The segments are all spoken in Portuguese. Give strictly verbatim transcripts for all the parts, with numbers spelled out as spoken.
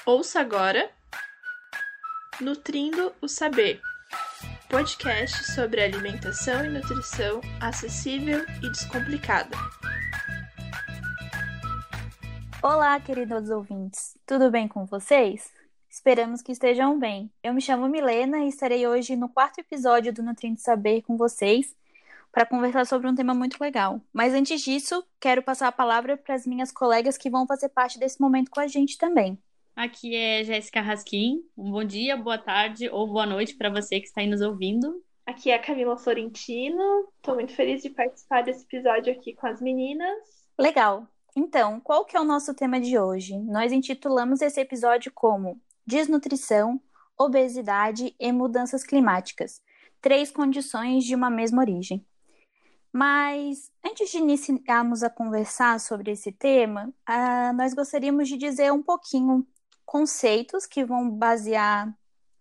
Ouça agora Nutrindo o Saber, podcast sobre alimentação e nutrição acessível e descomplicada. Olá, queridos ouvintes, tudo bem com vocês? Esperamos que estejam bem. Eu me chamo Milena e estarei hoje no quarto episódio do Nutrindo o Saber com vocês para conversar sobre um tema muito legal. Mas antes disso, quero passar a palavra para as minhas colegas que vão fazer parte desse momento com a gente também. Aqui é Jéssica Raskin. Um bom dia, boa tarde ou boa noite para você que está aí nos ouvindo. Aqui é a Camila Florentino. Estou muito feliz de participar desse episódio aqui com as meninas. Legal. Então, qual que é o nosso tema de hoje? Nós intitulamos esse episódio como Desnutrição, Obesidade e Mudanças Climáticas. Três condições de uma mesma origem. Mas, antes de iniciarmos a conversar sobre esse tema, uh, nós gostaríamos de dizer um pouquinho conceitos que vão basear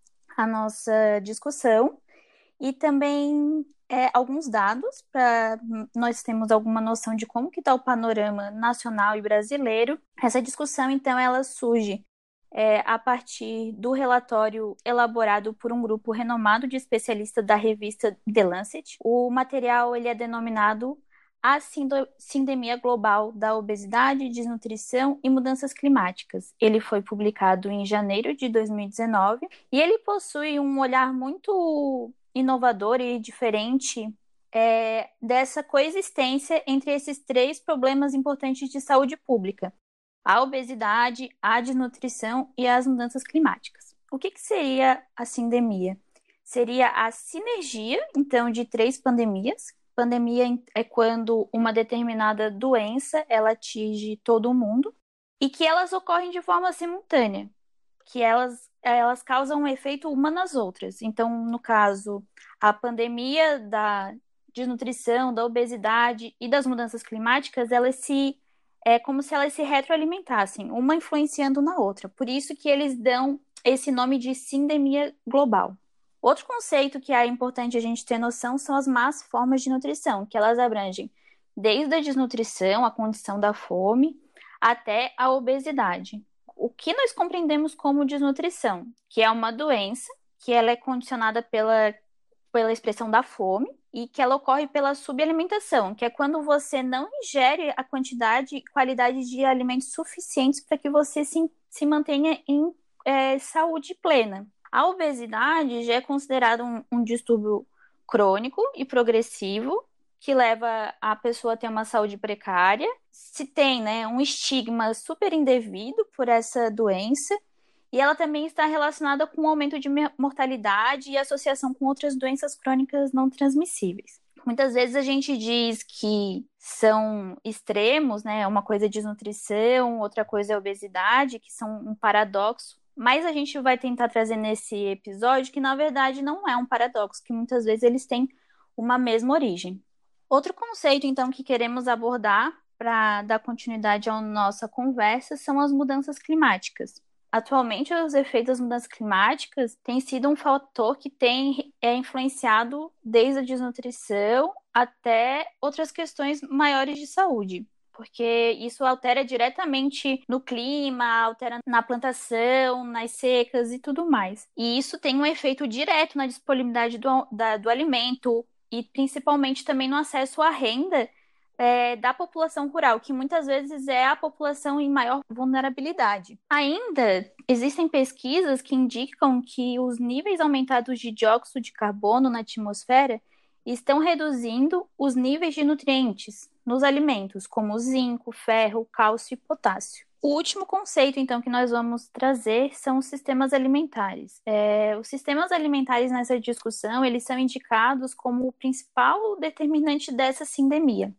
a nossa discussão e também é, alguns dados para nós termos alguma noção de como que está o panorama nacional e brasileiro. Essa discussão, então, ela surge é, a partir do relatório elaborado por um grupo renomado de especialistas da revista The Lancet. O material ele é denominado A Sindemia Global da Obesidade, Desnutrição e Mudanças Climáticas. Ele foi publicado em janeiro de dois mil e dezenove e ele possui um olhar muito inovador e diferente é, dessa coexistência entre esses três problemas importantes de saúde pública: a obesidade, a desnutrição e as mudanças climáticas. O que, que seria a sindemia? Seria a sinergia, então, de três pandemias. Pandemia é quando uma determinada doença ela atinge todo o mundo e que elas ocorrem de forma simultânea, que elas, elas causam um efeito uma nas outras. Então, no caso, a pandemia da desnutrição, da obesidade e das mudanças climáticas, elas se é como se elas se retroalimentassem, uma influenciando na outra. Por isso que eles dão esse nome de sindemia global. Outro conceito que é importante a gente ter noção são as más formas de nutrição, que elas abrangem desde a desnutrição, a condição da fome, até a obesidade. O que nós compreendemos como desnutrição? Que é uma doença, que ela é condicionada pela, pela expressão da fome, e que ela ocorre pela subalimentação, que é quando você não ingere a quantidade e qualidade de alimentos suficientes para que você se, se mantenha em é, saúde plena. A obesidade já é considerada um, um distúrbio crônico e progressivo que leva a pessoa a ter uma saúde precária. Se tem né, um estigma super indevido por essa doença, e ela também está relacionada com o aumento de mortalidade e associação com outras doenças crônicas não transmissíveis. Muitas vezes a gente diz que são extremos, né? Uma coisa é desnutrição, outra coisa é obesidade, que são um paradoxo. Mas a gente vai tentar trazer nesse episódio que, na verdade, não é um paradoxo, que muitas vezes eles têm uma mesma origem. Outro conceito, então, que queremos abordar para dar continuidade à nossa conversa são as mudanças climáticas. Atualmente, os efeitos das mudanças climáticas têm sido um fator que tem é, influenciado desde a desnutrição até outras questões maiores de saúde, porque isso altera diretamente no clima, altera na plantação, nas secas e tudo mais. E isso tem um efeito direto na disponibilidade do, da, do alimento e principalmente também no acesso à renda É, da população rural, que muitas vezes é a população em maior vulnerabilidade. Ainda existem pesquisas que indicam que os níveis aumentados de dióxido de carbono na atmosfera estão reduzindo os níveis de nutrientes nos alimentos, como zinco, ferro, cálcio e potássio. O último conceito, então, que nós vamos trazer são os sistemas alimentares. É, os sistemas alimentares nessa discussão, eles são indicados como o principal determinante dessa sindemia.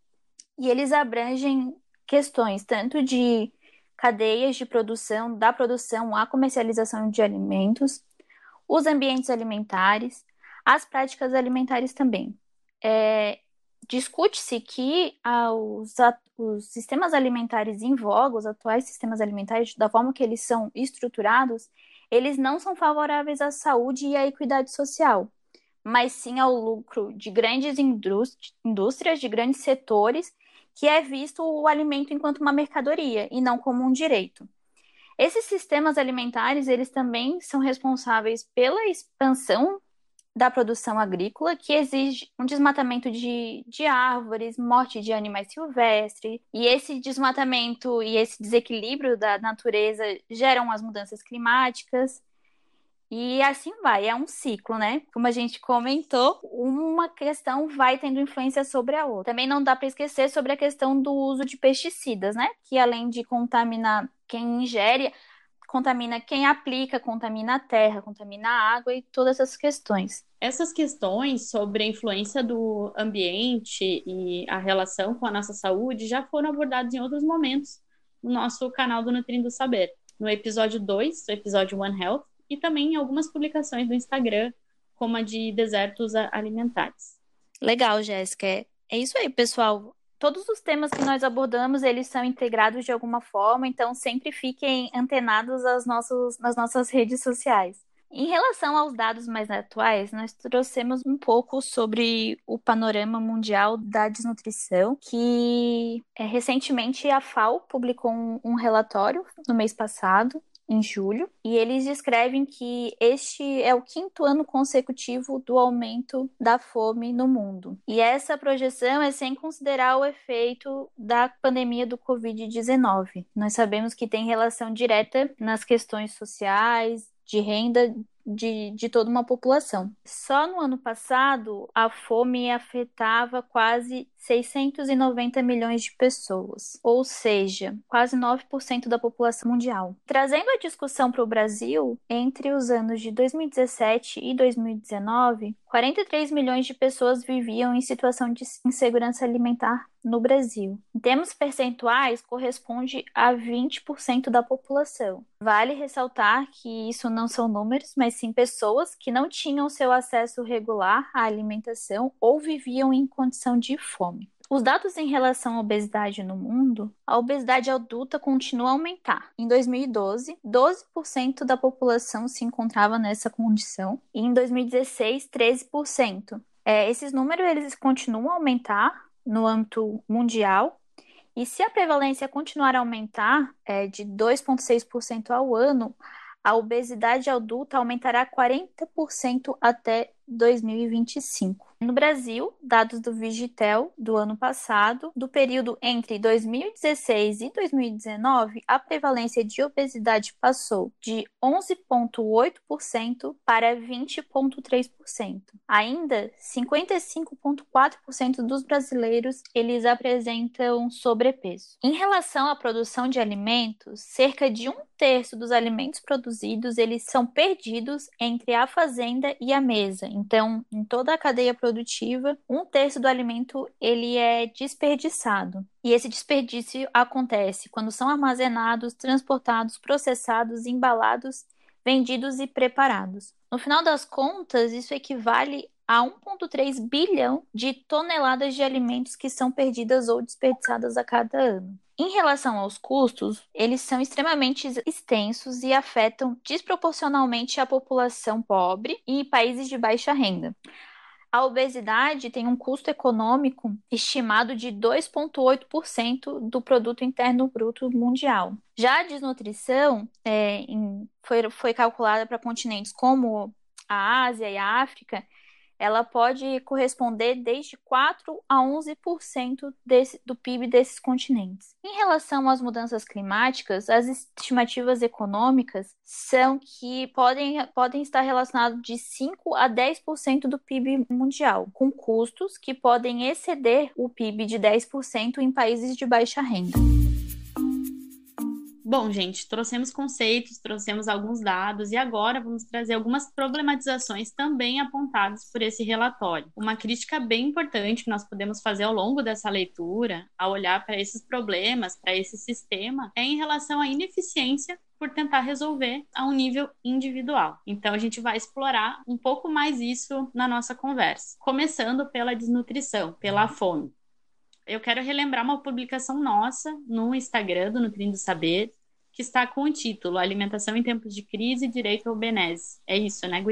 E eles abrangem questões tanto de cadeias de produção, da produção à comercialização de alimentos, os ambientes alimentares, as práticas alimentares também. É, discute-se que ah, os, os sistemas alimentares em voga, os atuais sistemas alimentares, da forma que eles são estruturados, eles não são favoráveis à saúde e à equidade social, mas sim ao lucro de grandes indústrias, de grandes setores, que é visto o alimento enquanto uma mercadoria e não como um direito. Esses sistemas alimentares, eles também são responsáveis pela expansão da produção agrícola, que exige um desmatamento de, de árvores, morte de animais silvestres, e esse desmatamento e esse desequilíbrio da natureza geram as mudanças climáticas, e assim vai, é um ciclo, né? Como a gente comentou, uma questão vai tendo influência sobre a outra. Também não dá para esquecer sobre a questão do uso de pesticidas, né? Que além de contaminar quem ingere, contamina quem aplica, contamina a terra, contamina a água e todas essas questões. Essas questões sobre a influência do ambiente e a relação com a nossa saúde já foram abordadas em outros momentos no nosso canal do Nutrindo Saber. No episódio dois, o episódio One Health, e também em algumas publicações do Instagram, como a de desertos alimentares. Legal, Jéssica. É, é isso aí, pessoal. Todos os temas que nós abordamos, eles são integrados de alguma forma, então sempre fiquem antenados aos nossos, nas nossas redes sociais. Em relação aos dados mais atuais, nós trouxemos um pouco sobre o panorama mundial da desnutrição, que é, recentemente a FAO publicou um, um relatório no mês passado, em julho, e eles descrevem que este é o quinto ano consecutivo do aumento da fome no mundo. E essa projeção é sem considerar o efeito da pandemia do covid dezenove. Nós sabemos que tem relação direta nas questões sociais, de renda de, de toda uma população. Só no ano passado, a fome afetava quase seiscentos e noventa milhões de pessoas, ou seja, quase nove por cento da população mundial. Trazendo a discussão para o Brasil, entre os anos de dois mil e dezessete e dois mil e dezenove, quarenta e três milhões de pessoas viviam em situação de insegurança alimentar no Brasil. Em termos percentuais, corresponde a vinte por cento da população. Vale ressaltar que isso não são números, mas sim pessoas que não tinham seu acesso regular à alimentação ou viviam em condição de fome. Os dados em relação à obesidade no mundo, a obesidade adulta continua a aumentar. Em dois mil e doze, doze por cento da população se encontrava nessa condição e em dois mil e dezesseis, treze por cento. É, esses números eles continuam a aumentar no âmbito mundial e se a prevalência continuar a aumentar é, de dois vírgula seis por cento ao ano, a obesidade adulta aumentará quarenta por cento até dois mil e vinte e cinco. No Brasil, dados do Vigitel do ano passado, do período entre dois mil e dezesseis e dois mil e dezenove, a prevalência de obesidade passou de onze vírgula oito por cento para vinte vírgula três por cento. Ainda, cinquenta e cinco vírgula quatro por cento dos brasileiros eles apresentam sobrepeso. Em relação à produção de alimentos, cerca de um terço dos alimentos produzidos eles são perdidos entre a fazenda e a mesa. Então, em toda a cadeia produtiva, um terço do alimento ele é desperdiçado. E esse desperdício acontece quando são armazenados, transportados, processados, embalados, vendidos e preparados. No final das contas, isso equivale a um vírgula três bilhão de toneladas de alimentos que são perdidas ou desperdiçadas a cada ano. Em relação aos custos, eles são extremamente extensos e afetam desproporcionalmente a população pobre e países de baixa renda. A obesidade tem um custo econômico estimado de dois vírgula oito por cento do produto interno bruto mundial. Já a desnutrição é, em, foi, foi calculada para continentes como a Ásia e a África, ela pode corresponder desde quatro a onze por cento desse, do P I B desses continentes. Em relação às mudanças climáticas, as estimativas econômicas são que podem, podem estar relacionadas de cinco a dez por cento do P I B mundial, com custos que podem exceder o P I B de dez por cento em países de baixa renda. Bom, gente, trouxemos conceitos, trouxemos alguns dados e agora vamos trazer algumas problematizações também apontadas por esse relatório. Uma crítica bem importante que nós podemos fazer ao longo dessa leitura, ao olhar para esses problemas, para esse sistema, é em relação à ineficiência por tentar resolver a um nível individual. Então, a gente vai explorar um pouco mais isso na nossa conversa, começando pela desnutrição, pela fome. Eu quero relembrar uma publicação nossa no Instagram do Nutrindo Saber, que está com o título Alimentação em Tempos de Crise e Direito ao Benese. É isso, né, gurias?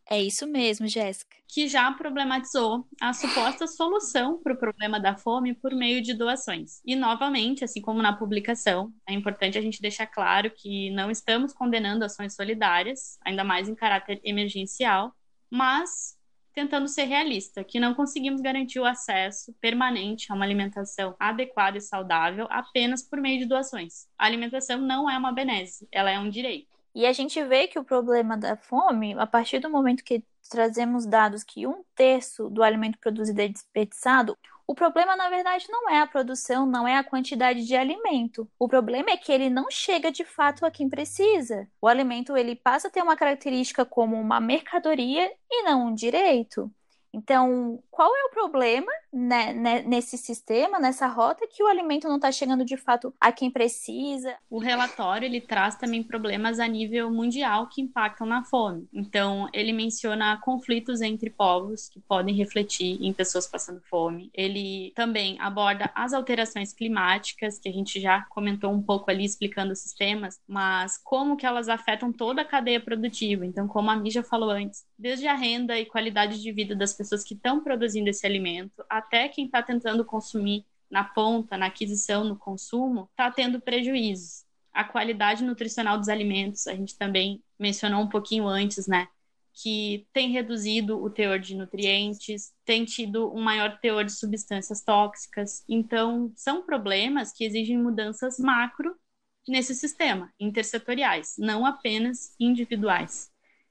É isso mesmo, Jéssica. Que já problematizou a suposta solução para o problema da fome por meio de doações. E, novamente, assim como na publicação, é importante a gente deixar claro que não estamos condenando ações solidárias, ainda mais em caráter emergencial, mas tentando ser realista, que não conseguimos garantir o acesso permanente a uma alimentação adequada e saudável apenas por meio de doações. A alimentação não é uma benesse, ela é um direito. E a gente vê que o problema da fome, a partir do momento que trazemos dados que um terço do alimento produzido é desperdiçado, o problema, na verdade, não é a produção, não é a quantidade de alimento. O problema é que ele não chega de fato a quem precisa. O alimento ele passa a ter uma característica como uma mercadoria e não um direito. Então, qual é o problema, né, nesse sistema, nessa rota, que o alimento não está chegando de fato a quem precisa? O relatório ele traz também problemas a nível mundial que impactam na fome. Então, ele menciona conflitos entre povos que podem refletir em pessoas passando fome. Ele também aborda as alterações climáticas, que a gente já comentou um pouco ali explicando os sistemas, mas como que elas afetam toda a cadeia produtiva. Então, como a Mi já falou antes, desde a renda e qualidade de vida das pessoas pessoas que estão produzindo esse alimento, até quem está tentando consumir na ponta, na aquisição, no consumo, está tendo prejuízos. A qualidade nutricional dos alimentos, a gente também mencionou um pouquinho antes, né? Que tem reduzido o teor de nutrientes, tem tido um maior teor de substâncias tóxicas. Então, são problemas que exigem mudanças macro nesse sistema, intersetoriais, não apenas individuais.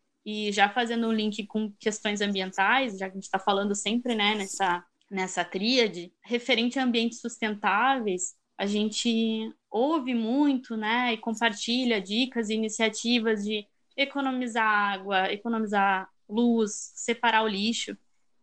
E já fazendo um link com questões ambientais, já que a gente está falando sempre, né, nessa, nessa tríade, referente a ambientes sustentáveis, a gente ouve muito, né, e compartilha dicas e iniciativas de economizar água, economizar luz, separar o lixo.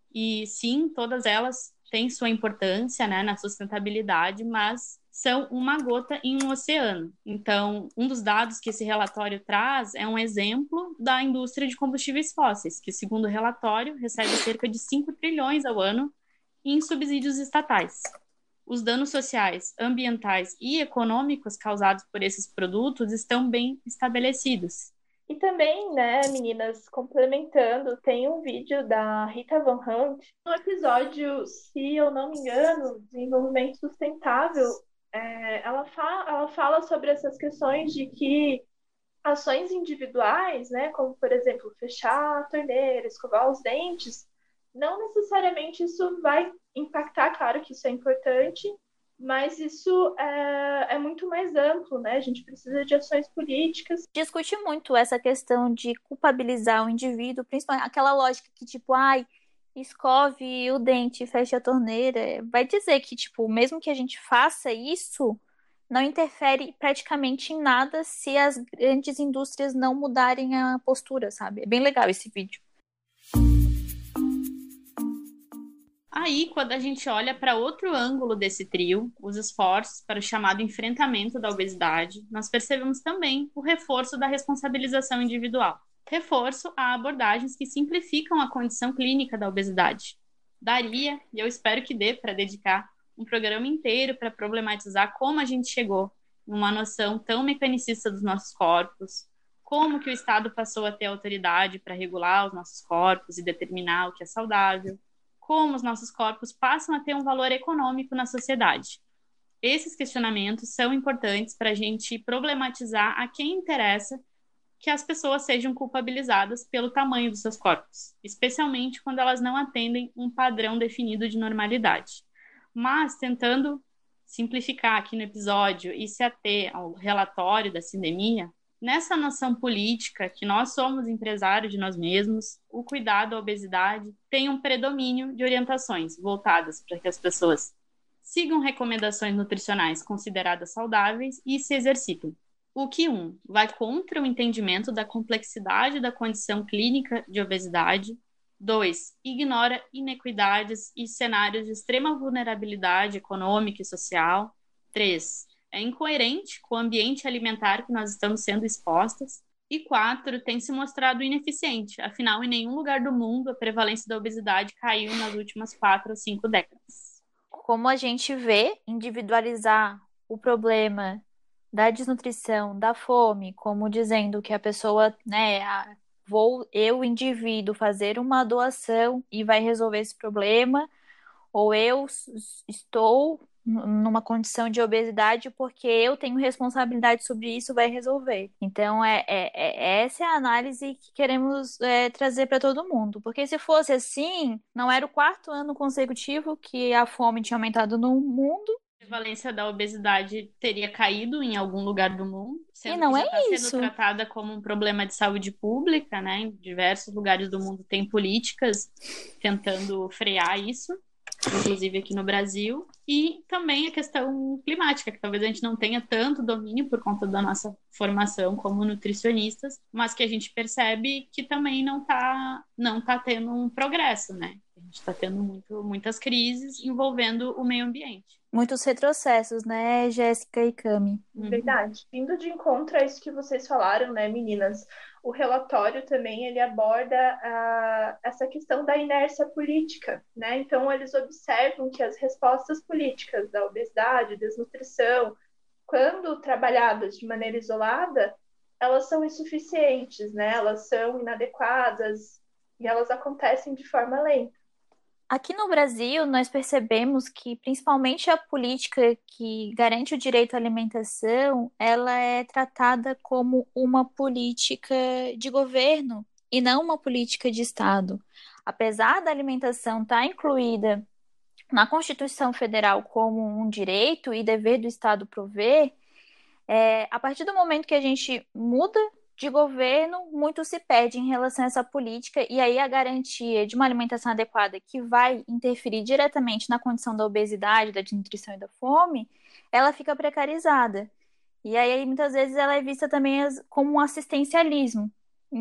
E sim, todas elas têm sua importância, né, na sustentabilidade, mas são uma gota em um oceano. Então, um dos dados que esse relatório traz é um exemplo da indústria de combustíveis fósseis, que, segundo o relatório, recebe cerca de cinco trilhões ao ano em subsídios estatais. Os danos sociais, ambientais e econômicos causados por esses produtos estão bem estabelecidos. E também, né, meninas, complementando, tem um vídeo da Rita Von Hunt, no episódio, se eu não me engano, Desenvolvimento Sustentável. É, ela, fa- ela fala sobre essas questões de que ações individuais, né, como, por exemplo, fechar a torneira, escovar os dentes, não necessariamente isso vai impactar, claro que isso é importante, mas isso é, é muito mais amplo, né? A gente precisa de ações políticas. Discute muito essa questão de culpabilizar o indivíduo, principalmente aquela lógica que, tipo, ai, escove o dente, feche a torneira. Vai dizer que, tipo, mesmo que a gente faça isso, não interfere praticamente em nada se as grandes indústrias não mudarem a postura, sabe? É bem legal esse vídeo. Aí, quando a gente olha para outro ângulo desse trio, os esforços para o chamado enfrentamento da obesidade, nós percebemos também o reforço da responsabilização individual. Reforço a abordagens que simplificam a condição clínica da obesidade. Daria, e eu espero que dê, para dedicar um programa inteiro para problematizar como a gente chegou numa noção tão mecanicista dos nossos corpos, como que o Estado passou a ter autoridade para regular os nossos corpos e determinar o que é saudável, como os nossos corpos passam a ter um valor econômico na sociedade. Esses questionamentos são importantes para a gente problematizar a quem interessa que as pessoas sejam culpabilizadas pelo tamanho dos seus corpos, especialmente quando elas não atendem um padrão definido de normalidade. Mas, tentando simplificar aqui no episódio e se ater ao relatório da Sindemia, nessa noção política que nós somos empresários de nós mesmos, o cuidado à obesidade tem um predomínio de orientações voltadas para que as pessoas sigam recomendações nutricionais consideradas saudáveis e se exercitem. O que, um, vai contra o entendimento da complexidade da condição clínica de obesidade. Dois, ignora inequidades e cenários de extrema vulnerabilidade econômica e social. Três, é incoerente com o ambiente alimentar que nós estamos sendo expostas. E quatro, tem se mostrado ineficiente. Afinal, em nenhum lugar do mundo a prevalência da obesidade caiu nas últimas quatro ou cinco décadas. Como a gente vê, individualizar o problema da desnutrição, da fome, como dizendo que a pessoa, né, vou eu, indivíduo, fazer uma doação e vai resolver esse problema, ou eu s- estou n- numa condição de obesidade porque eu tenho responsabilidade sobre isso, vai resolver. Então, é, é- é- essa é a análise que queremos é, trazer para todo mundo. Porque se fosse assim, não era o quarto ano consecutivo que a fome tinha aumentado no mundo. A prevalência da obesidade teria caído em algum lugar do mundo, E sendo que não já é está sendo isso. tratada como um problema de saúde pública, né? Em diversos lugares do mundo tem políticas tentando frear isso, inclusive aqui no Brasil, e também a questão climática, que talvez a gente não tenha tanto domínio por conta da nossa formação como nutricionistas, mas que a gente percebe que também não está não tá tendo um progresso, né? A gente está tendo muito, muitas crises envolvendo o meio ambiente. Muitos retrocessos, né, Jéssica e Cami? Uhum. Verdade. Vindo de encontro a isso que vocês falaram, né, meninas? O relatório também ele aborda a, essa questão da inércia política, né? Então eles observam que as respostas políticas da obesidade, desnutrição, quando trabalhadas de maneira isolada, elas são insuficientes, né? Elas são inadequadas e elas acontecem de forma lenta. Aqui no Brasil, nós percebemos que, principalmente a política que garante o direito à alimentação, ela é tratada como uma política de governo e não uma política de Estado. Apesar da alimentação estar incluída na Constituição Federal como um direito e dever do Estado prover, é, a partir do momento que a gente muda de governo, muito se perde em relação a essa política, e aí a garantia de uma alimentação adequada que vai interferir diretamente na condição da obesidade, da desnutrição e da fome, ela fica precarizada. E aí, muitas vezes, ela é vista também as- como um assistencialismo,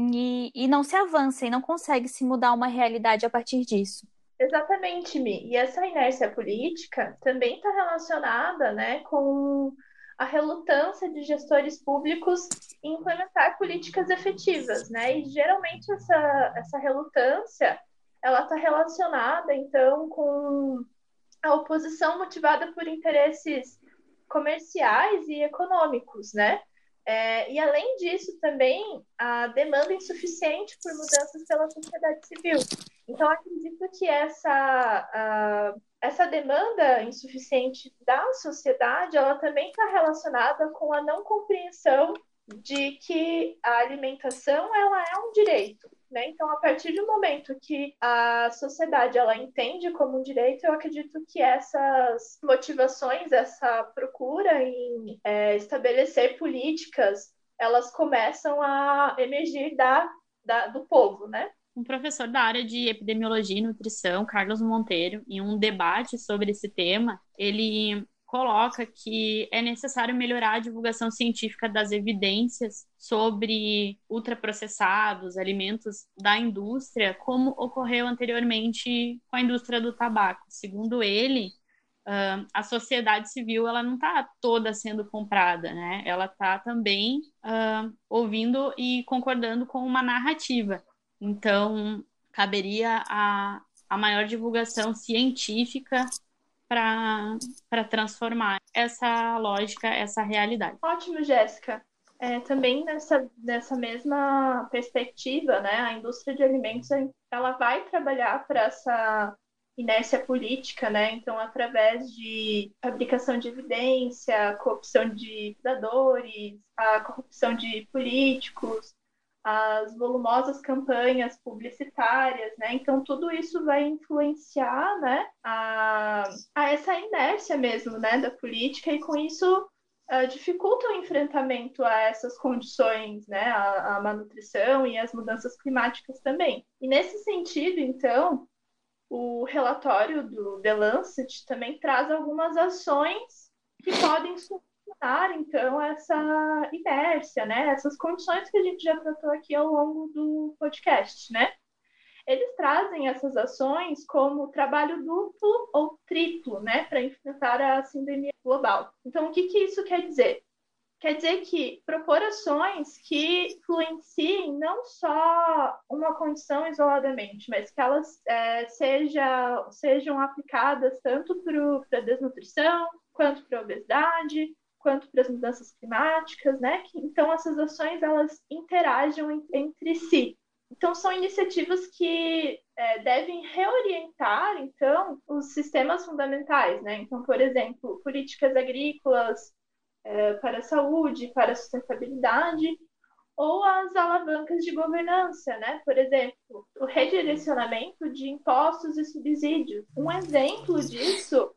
e, e não se avança, e não consegue se mudar uma realidade a partir disso. Exatamente, Mi. E essa inércia política também está relacionada, né, com a relutância de gestores públicos em implementar políticas efetivas, né? E geralmente essa, essa relutância ela está relacionada, então, com a oposição motivada por interesses comerciais e econômicos, né? É, e além disso, também a demanda insuficiente por mudanças pela sociedade civil. Então, acredito que essa, a, essa demanda insuficiente da sociedade, ela também está relacionada com a não compreensão de que a alimentação ela é um direito, né? Então, a partir do momento que a sociedade ela entende como um direito, eu acredito que essas motivações, essa procura em é, estabelecer políticas, elas começam a emergir da, da, do povo, né? Um professor da área de epidemiologia e nutrição, Carlos Monteiro, em um debate sobre esse tema, ele coloca que é necessário melhorar a divulgação científica das evidências sobre ultraprocessados, alimentos da indústria, como ocorreu anteriormente com a indústria do tabaco. Segundo ele, Uh, a sociedade civil ela não está toda sendo comprada, né? Ela está também uh, ouvindo e concordando com uma narrativa. Então, caberia a, a maior divulgação científica para transformar essa lógica, essa realidade. Ótimo, Jéssica. É, também nessa, nessa mesma perspectiva, né, a indústria de alimentos ela vai trabalhar para essa inércia política, né? Então, através de fabricação de evidência, corrupção de cuidadores, a corrupção de políticos, as volumosas campanhas publicitárias, né? Então, tudo isso vai influenciar, né, a, a essa inércia mesmo, né, da política, e com isso uh, dificulta o enfrentamento a essas condições, né, a, a malnutrição e as mudanças climáticas também. E nesse sentido, então, o relatório do The Lancet também traz algumas ações que podem solucionar, então, essa inércia, né? Essas condições que a gente já tratou aqui ao longo do podcast, né? Eles trazem essas ações como trabalho duplo ou triplo, né? Para enfrentar a sindemia global. Então, o que, que isso quer dizer? Quer dizer que propor ações que influenciem não só uma condição isoladamente, mas que elas é, seja, sejam aplicadas tanto para a desnutrição, quanto para a obesidade, quanto para as mudanças climáticas, né? Que, então, essas ações elas interagem entre si. Então, são iniciativas que é, devem reorientar, então, os sistemas fundamentais, né? Então, por exemplo, políticas agrícolas é, para a saúde, para a sustentabilidade, ou as alavancas de governança, né? Por exemplo, o redirecionamento de impostos e subsídios. Um exemplo disso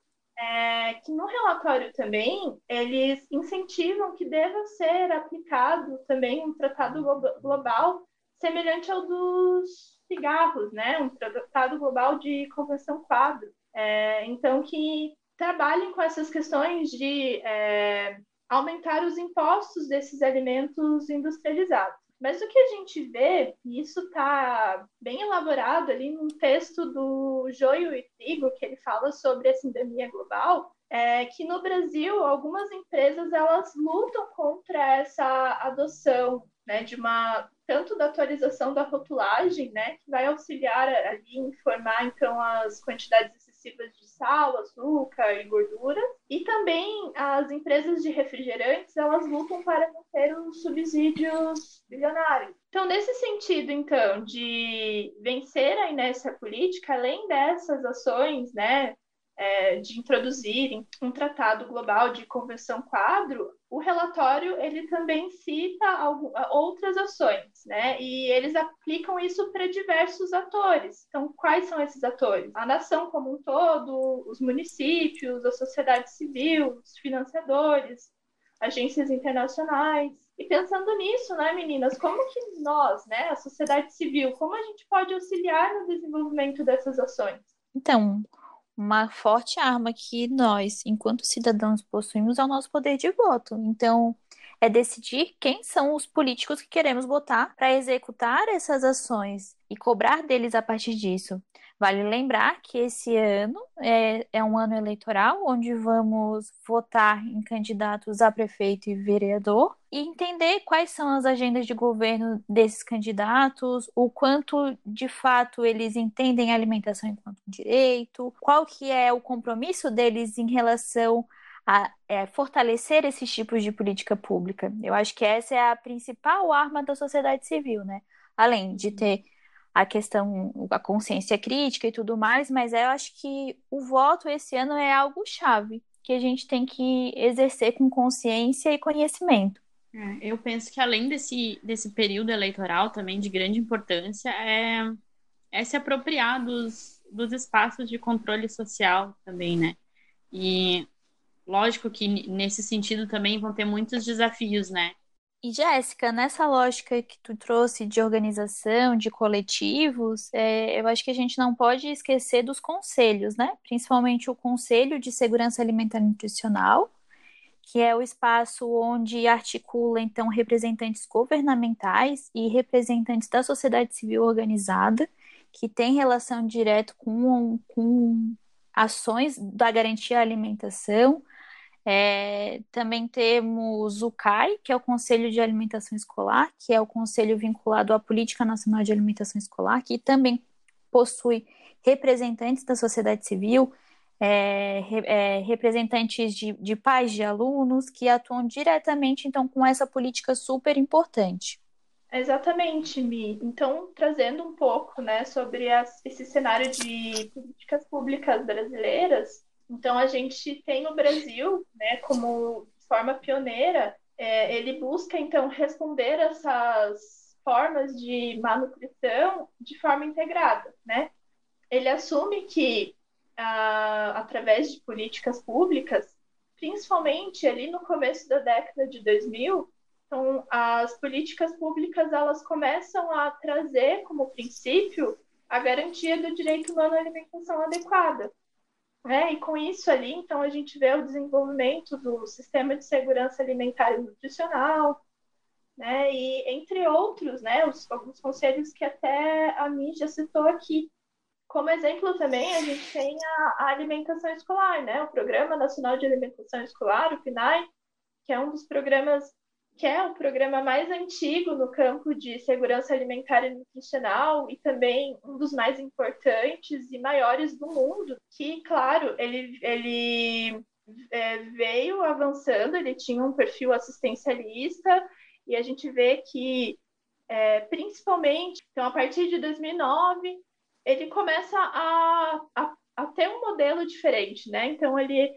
é que no relatório também eles incentivam que deva ser aplicado também um tratado global semelhante ao dos cigarros, né? Um tratado global de convenção quadro. É, então, que trabalhem com essas questões de é, aumentar os impostos desses alimentos industrializados. Mas o que a gente vê, e isso está bem elaborado ali num texto do Joio e Trigo, que ele fala sobre a sindemia global, é que no Brasil algumas empresas elas lutam contra essa adoção, né, de uma tanto da atualização da rotulagem, né, que vai auxiliar ali informar então as quantidades excessivas de sal, açúcar e gordura, e também as empresas de refrigerantes elas lutam para manter os subsídios bilionários. Então, nesse sentido, então, de vencer a inércia política, além dessas ações, né, é, de introduzir um tratado global de convenção quadro, o relatório ele também cita algumas, outras ações, né? E eles aplicam isso para diversos atores. Então, quais são esses atores? A nação como um todo, os municípios, a sociedade civil, os financiadores, agências internacionais. E pensando nisso, né, meninas, como que nós, né, a sociedade civil, como a gente pode auxiliar no desenvolvimento dessas ações? Então, uma forte arma que nós, enquanto cidadãos, possuímos é o nosso poder de voto. Então, é decidir quem são os políticos que queremos botar para executar essas ações e cobrar deles a partir disso. Vale lembrar que esse ano é, é um ano eleitoral, onde vamos votar em candidatos a prefeito e vereador e entender quais são as agendas de governo desses candidatos, o quanto de fato eles entendem a alimentação enquanto um direito, qual que é o compromisso deles em relação a é, fortalecer esses tipos de política pública. Eu acho que essa é a principal arma da sociedade civil, né? Além de ter a questão, a consciência crítica e tudo mais, mas eu acho que o voto esse ano é algo chave, que a gente tem que exercer com consciência e conhecimento. É, eu penso que além desse, desse período eleitoral também de grande importância é, é se apropriar dos, dos espaços de controle social também, né? E lógico que nesse sentido também vão ter muitos desafios, né? E Jéssica, nessa lógica que tu trouxe de organização, de coletivos, é, eu acho que a gente não pode esquecer dos conselhos, né? Principalmente o Conselho de Segurança Alimentar e Nutricional, que é o espaço onde articula, então, representantes governamentais e representantes da sociedade civil organizada, que tem relação direta com, com ações da garantia à alimentação. É, também temos o C A I, que é o Conselho de Alimentação Escolar, que é o conselho vinculado à Política Nacional de Alimentação Escolar, que também possui representantes da sociedade civil, é, é, representantes de, de pais de alunos, que atuam diretamente, então, com essa política super importante. Exatamente, Mi. Então, trazendo um pouco, né, sobre as, esse cenário de políticas públicas brasileiras, então a gente tem o Brasil, né, como forma pioneira, é, ele busca, então, responder essas formas de malnutrição de forma integrada, né? Ele assume que, ah, através de políticas públicas, principalmente ali no começo da década de dois mil, então, as políticas públicas elas começam a trazer como princípio a garantia do direito humano à alimentação adequada. Né? E com isso ali, então, a gente vê o desenvolvimento do sistema de segurança alimentar e nutricional, né? E entre outros, né, os, alguns conselhos que até a mídia citou aqui. Como exemplo também, a gente tem a, a alimentação escolar, né? O Programa Nacional de Alimentação Escolar, o PNAE, que é um dos programas que é o programa mais antigo no campo de segurança alimentar e nutricional e também um dos mais importantes e maiores do mundo, que, claro, ele, ele é, veio avançando, ele tinha um perfil assistencialista e a gente vê que é, principalmente, então a partir de dois mil e nove, ele começa a, a, a ter um modelo diferente, né? Então ele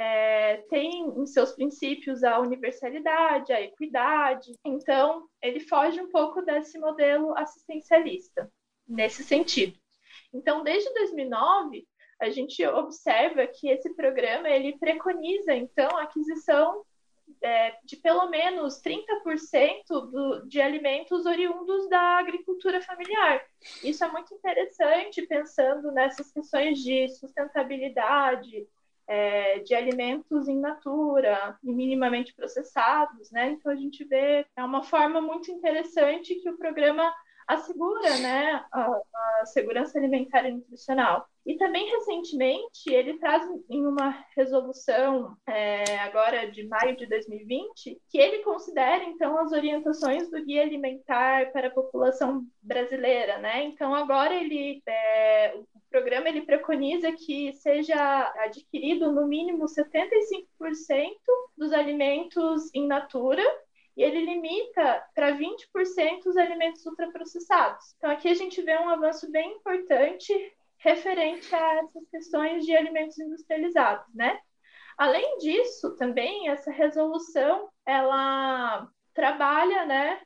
é, tem em seus princípios a universalidade, a equidade, então ele foge um pouco desse modelo assistencialista, nesse sentido. Então, desde dois mil e nove, a gente observa que esse programa ele preconiza, então, a aquisição é, de pelo menos trinta por cento do, de alimentos oriundos da agricultura familiar. Isso é muito interessante, pensando nessas questões de sustentabilidade, é, de alimentos in natura e minimamente processados, né? Então, a gente vê, é uma forma muito interessante que o programa assegura, né, a, a segurança alimentar e nutricional. E também, recentemente, ele traz em uma resolução, é, agora de maio de dois mil e vinte, que ele considera, então, as orientações do Guia Alimentar para a população brasileira, né? Então, agora ele, é, o programa ele preconiza que seja adquirido, no mínimo, setenta e cinco por cento dos alimentos in natura, e ele limita para vinte por cento os alimentos ultraprocessados. Então, aqui a gente vê um avanço bem importante referente a essas questões de alimentos industrializados, né? Além disso, também, essa resolução, ela trabalha, né,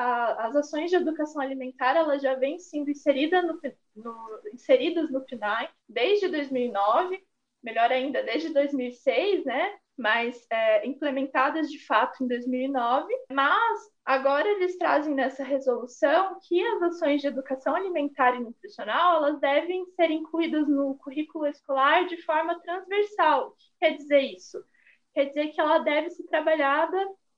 as ações de educação alimentar, elas já vêm sendo inserida no, no, inseridas no P N A E desde dois mil e nove, melhor ainda, desde dois mil e seis, né? Mas é, implementadas de fato em dois mil e nove, mas agora eles trazem nessa resolução que as ações de educação alimentar e nutricional, elas devem ser incluídas no currículo escolar de forma transversal. O que quer dizer isso? Quer dizer que ela deve ser trabalhada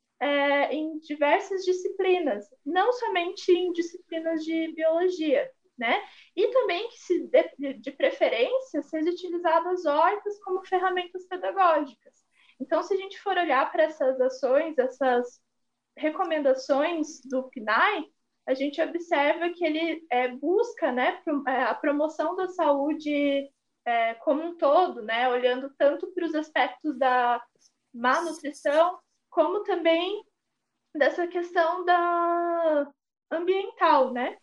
é, em diversas disciplinas, não somente em disciplinas de biologia, né? E também que, se de, de preferência, sejam utilizadas hortas como ferramentas pedagógicas. Então, se a gente for olhar para essas ações, essas recomendações do P N A E, a gente observa que ele é, busca, né, a promoção da saúde é, como um todo, né, olhando tanto para os aspectos da má nutrição, como também dessa questão da ambiental, né?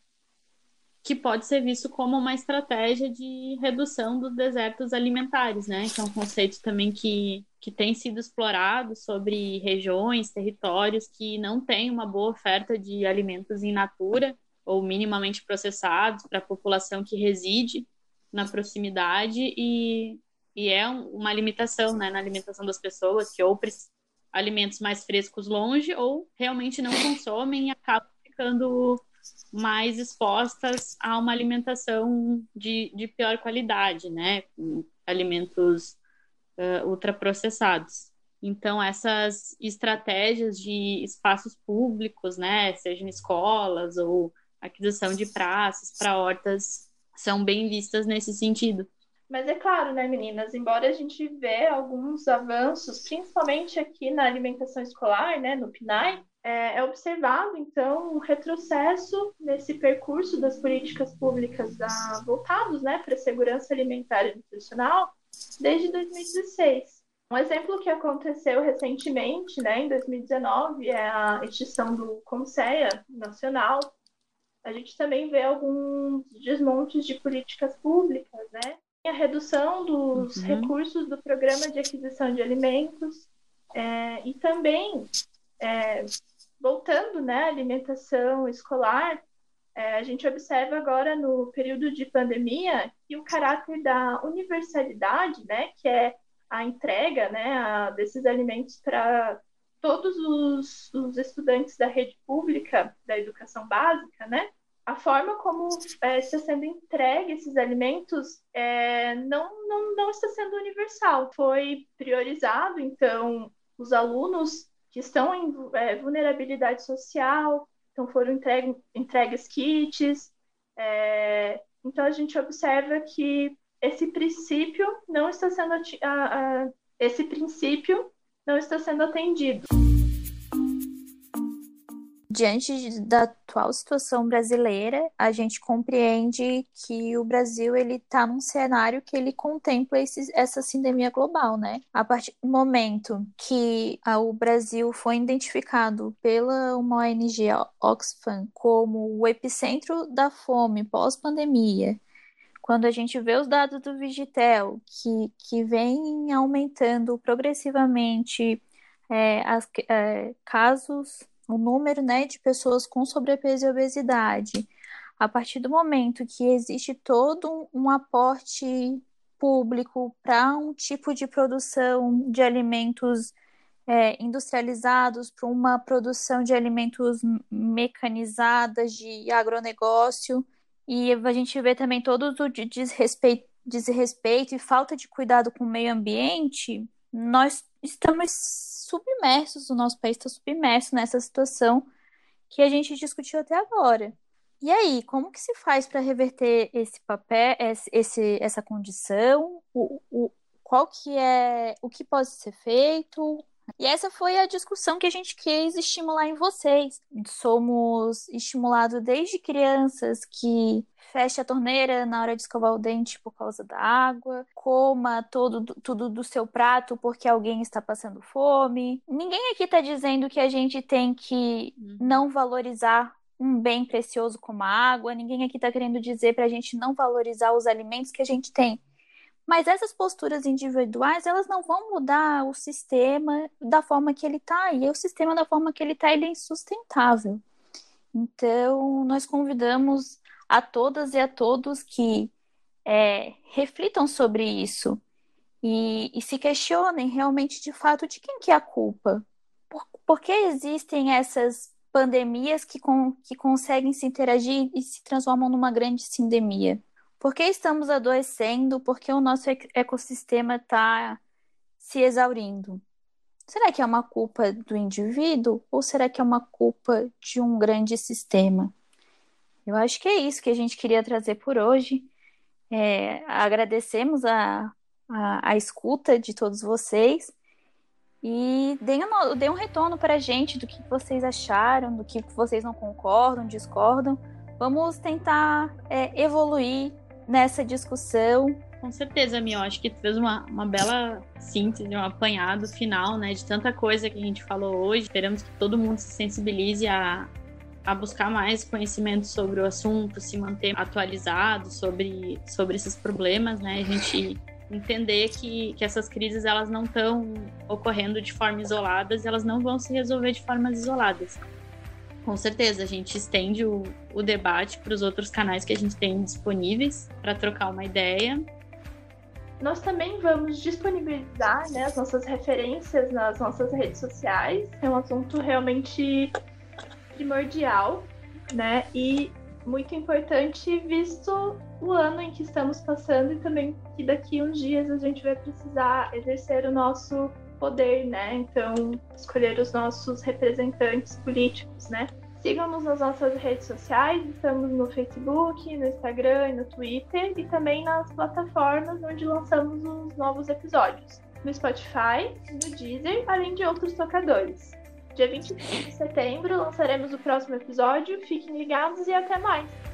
Que pode ser visto como uma estratégia de redução dos desertos alimentares, né? Que é um conceito também que, que tem sido explorado sobre regiões, territórios que não têm uma boa oferta de alimentos in natura ou minimamente processados para a população que reside na proximidade e, e é uma limitação, né, na alimentação das pessoas que ou precisam de alimentos mais frescos longe ou realmente não consomem e acabam ficando mais expostas a uma alimentação de, de pior qualidade, né? Alimentos uh, ultraprocessados. Então, essas estratégias de espaços públicos, né? Sejam escolas ou aquisição de praças para hortas, são bem vistas nesse sentido. Mas é claro, né, meninas? Embora a gente vê alguns avanços, principalmente aqui na alimentação escolar, né, no P N A E, é, é observado, então, um retrocesso nesse percurso das políticas públicas da, voltados, né, para a segurança alimentar e nutricional desde dois mil e dezesseis. Um exemplo que aconteceu recentemente, né, em dois mil e dezenove, é a extinção do Conselho Nacional. A gente também vê alguns desmontes de políticas públicas, né? A redução dos uhum. recursos do Programa de Aquisição de Alimentos é, e também, é, voltando, né, à alimentação escolar, é, a gente observa agora no período de pandemia que o caráter da universalidade, né, que é a entrega, né, a, desses alimentos para todos os, os estudantes da rede pública da educação básica, né, a forma como é, está sendo entregue esses alimentos é, não, não, não está sendo universal. Foi priorizado, então, os alunos que estão em é, vulnerabilidade social, então foram entregue, entregues kits. É, então, a gente observa que esse princípio não está sendo a, a, esse princípio não está sendo atendido. Diante da atual situação brasileira, a gente compreende que o Brasil ele está num cenário que ele contempla esse, essa sindemia global, né? A partir do momento que a, o Brasil foi identificado pela uma O N G Oxfam como o epicentro da fome pós-pandemia, quando a gente vê os dados do Vigitel, que, que vem aumentando progressivamente é, as, é, casos, o número, né, de pessoas com sobrepeso e obesidade, a partir do momento que existe todo um, um aporte público para um tipo de produção de alimentos é, industrializados, para uma produção de alimentos mecanizadas, de agronegócio, e a gente vê também todo o desrespeito, desrespeito e falta de cuidado com o meio ambiente. Nós estamos submersos, o nosso país está submerso nessa situação que a gente discutiu até agora. E aí, como que se faz para reverter esse papel, esse, essa condição? O, o, qual que é, o que pode ser feito? E essa foi a discussão que a gente quis estimular em vocês. Somos estimulados desde crianças que feche a torneira na hora de escovar o dente por causa da água, coma todo, tudo do seu prato porque alguém está passando fome. Ninguém aqui está dizendo que a gente tem que não valorizar um bem precioso como a água, ninguém aqui está querendo dizer para a gente não valorizar os alimentos que a gente tem. Mas essas posturas individuais, elas não vão mudar o sistema da forma que ele está. E o sistema da forma que ele está, ele é insustentável. Então, nós convidamos a todas e a todos que é, reflitam sobre isso e, e se questionem realmente, de fato, de quem que é a culpa. Por, por que existem essas pandemias que, com, que conseguem se interagir e se transformam numa grande sindemia? Por que estamos adoecendo? Por que o nosso ecossistema está se exaurindo? Será que é uma culpa do indivíduo ou será que é uma culpa de um grande sistema? Eu acho que é isso que a gente queria trazer por hoje. É, agradecemos a, a, a escuta de todos vocês e deem um, deem um retorno para a gente do que vocês acharam, do que vocês não concordam, discordam. Vamos tentar é, evoluir nessa discussão. Com certeza, Mi, eu acho que tu fez uma, uma bela síntese, um apanhado final, né, de tanta coisa que a gente falou hoje. Esperamos que todo mundo se sensibilize a, a buscar mais conhecimento sobre o assunto, se manter atualizado sobre, sobre esses problemas, né, a gente entender que, que essas crises, elas não estão ocorrendo de forma isolada, elas não vão se resolver de formas isoladas. Com certeza, a gente estende o, o debate para os outros canais que a gente tem disponíveis para trocar uma ideia. Nós também vamos disponibilizar, né, as nossas referências nas nossas redes sociais. É um assunto realmente primordial, né, e muito importante visto o ano em que estamos passando e também que daqui a uns dias a gente vai precisar exercer o nosso poder, né? Então, escolher os nossos representantes políticos, né? Sigam-nos nas nossas redes sociais, estamos no Facebook, no Instagram e no Twitter e também nas plataformas onde lançamos os novos episódios, no Spotify, no Deezer, além de outros tocadores. Dia vinte e cinco de setembro lançaremos o próximo episódio, fiquem ligados e até mais!